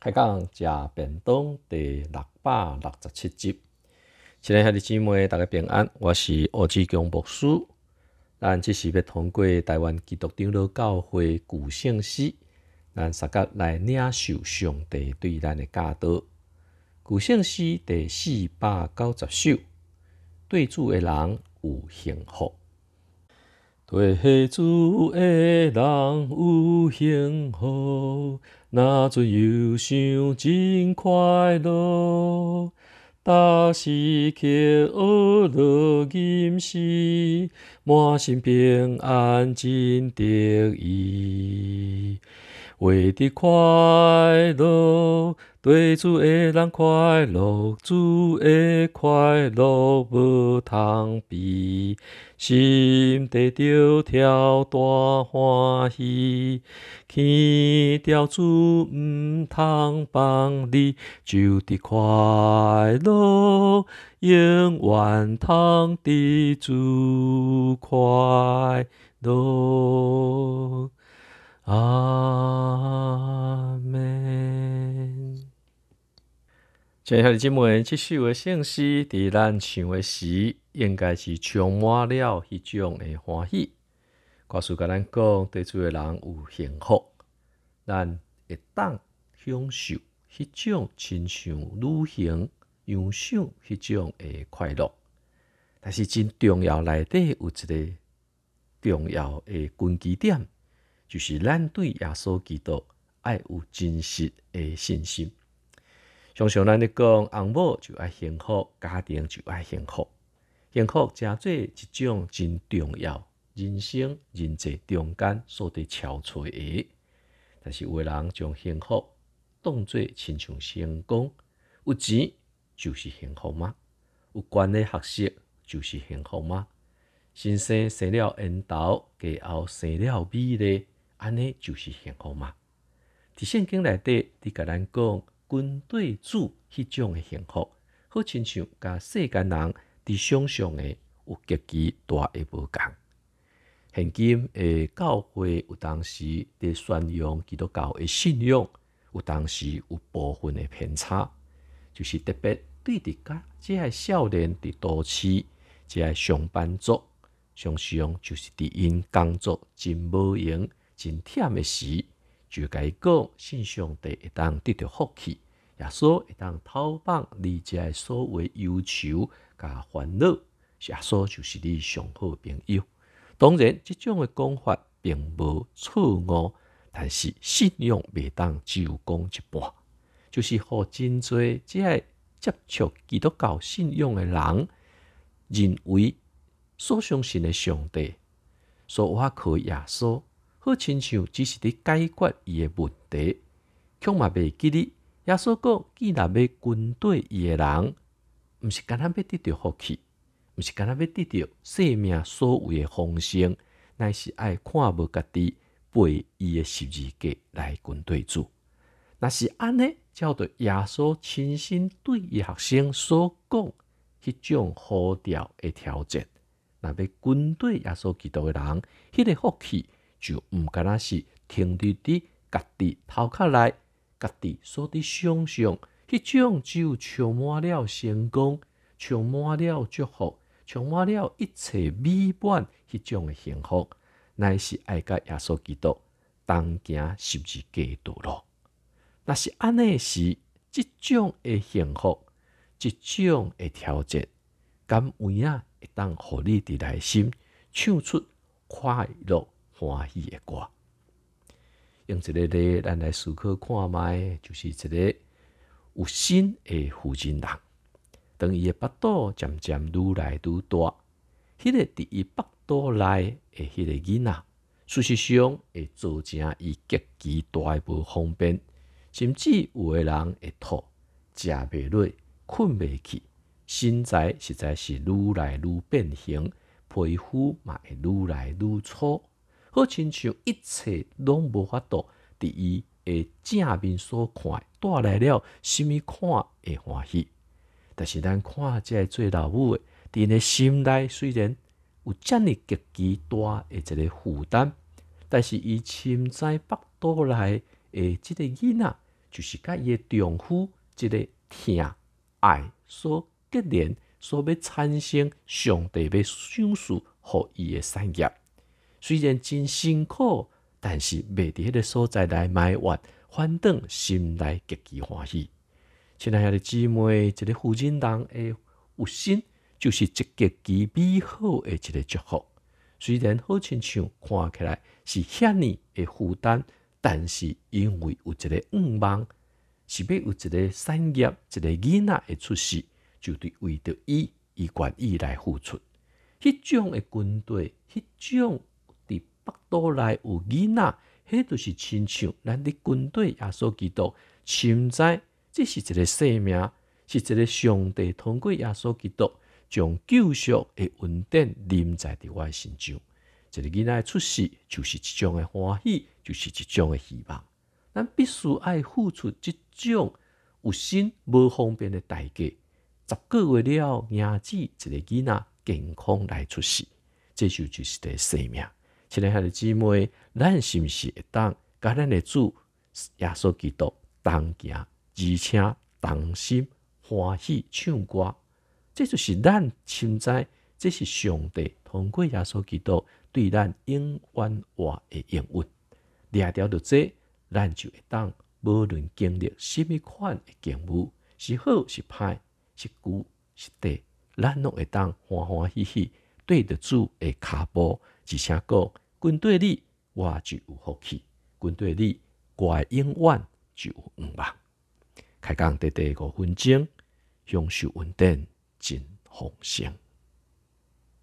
开讲食便当第667集。亲爱兄弟姊妹，大家平安，我是欧志强牧师。咱这是要通过台湾基督长老教会旧圣诗，咱三角来领受上帝对咱的教导。旧圣诗第490首，对主的人有幸福。对主的人有幸福，若准忧伤真快乐。逐时刻学乐吟诗，满心平安真得意。为的快乐，对主的人快乐，主的快乐无通比。心地着跳大欢喜，见着主毋通放离，就的快乐，永远通伫主快乐。阿门。亲爱的姊妹，这首的圣诗伫咱唱的时，应该是充满了迄种的欢喜。歌词甲咱讲，对主的人有幸福，咱会当享受迄种亲像旅行、欣赏迄种的快乐。但是真重要内底有一个重要的根基点，就是咱对耶稣基督爱有真实的信心。常常咱咧讲，翁某就爱幸福，家庭就爱幸福。幸福诚做一种真重要，人生人际中间所得超找的。但是有的人将幸福当作亲像成功，有钱就是幸福吗？有权的学习就是幸福吗？先生生了缘投，家后生了美丽，安尼就是幸福吗？伫圣经内底，你甲咱讲，跟对主迄种的幸福，好亲像甲世间人伫想象的有极其大的无共。现今的教会有当时伫宣扬基督教的信仰，有当时有部分的偏差，就是特别对伫这些少年伫都市，这些上班族，常常就是伫因工作真无闲、真忝的时，就甲伊讲，信上帝会当得到福气，耶稣会当透放你这所有忧愁甲烦恼，耶稣就是你上好的朋友。当然，这种的讲法并无错误，但是信仰袂当只有讲一半，就是互真侪这接触基督教信仰的人，认为所相信的上帝，所倚靠耶稣，好亲像只是伫解决伊的问题，却嘛袂记哩。耶稣讲，既然要跟对伊的人，毋是干那要得到福气，毋是干那要得到生命所有的丰盛，乃是爱看无家己，背伊的十字架来跟对主。若是安尼，照着耶稣亲身对伊学生所讲，迄种呼召的条件，若要跟对耶稣基督的人，迄个福气就毋敢若是停伫家己头壳内，家己所伫想象，迄种只有充满了成功、充满了祝福、充满了一切美满迄种的幸福，乃是爱甲耶稣基督同行十字架道路。若是安尼时，即种的幸福，即种的条件，敢有影会当互你伫内心唱出快乐欢喜的歌？用一个例，咱来思考看卖，就是一个有心的负责人，当伊的腹肚渐渐愈来愈大，迄个伫伊腹肚内的迄个囡仔，事实上会造成伊极其大的无方便，甚至有的人会吐，食袂落，困袂去，身材实在是愈来愈变形，皮肤嘛会愈来愈粗，好亲像一切拢无法度伫伊的正面所看，带来了什么看的欢喜。但是咱看这做老母的，伫因的心内虽然有遮尔极其大的一个负担，但是伊深知腹肚内的即个囡仔， 就是甲伊的丈夫即个疼爱所结连，所要产生上帝要赏赐互伊的产业。虽然真辛苦，但是袂伫迄个所在来埋怨，反倒心内极其欢喜。亲爱的姊妹，一个妇人人的有心，就是一极其美好的一个祝福。虽然好亲像看起来是遐尼的负担，但是因为有一个愿望，是要有一个产业、一个囡仔的出世，就对为着伊愿意来付出。迄种的军队，迄种伫北岛内有囡仔，迄就是亲像咱伫军队耶稣基督，深知这是一个生命，是一个上帝通过耶稣基督将救赎的恩典临在伫我的身上。一个囡仔的出世，就是一种的欢喜，就是一种的希望。咱必须爱付出这种有心无方便的代价。10个月了，儿子一个囡仔健康来出世，这就是一个生命。亲爱的姊妹，咱是毋是会当甲咱的主耶稣基督同行，而且同心欢喜唱歌？这就是咱深知，这是上帝通过耶稣基督对咱永远活的应允。掠条到这，咱就会当无论经历什么款的境遇，是好是歹，是久是短，咱拢会当欢欢喜喜对着主的脚步，一声讲：跟对你，我就有福气；跟对你，我的永远就有愿望。开讲第5分钟，享受恩典真丰盛。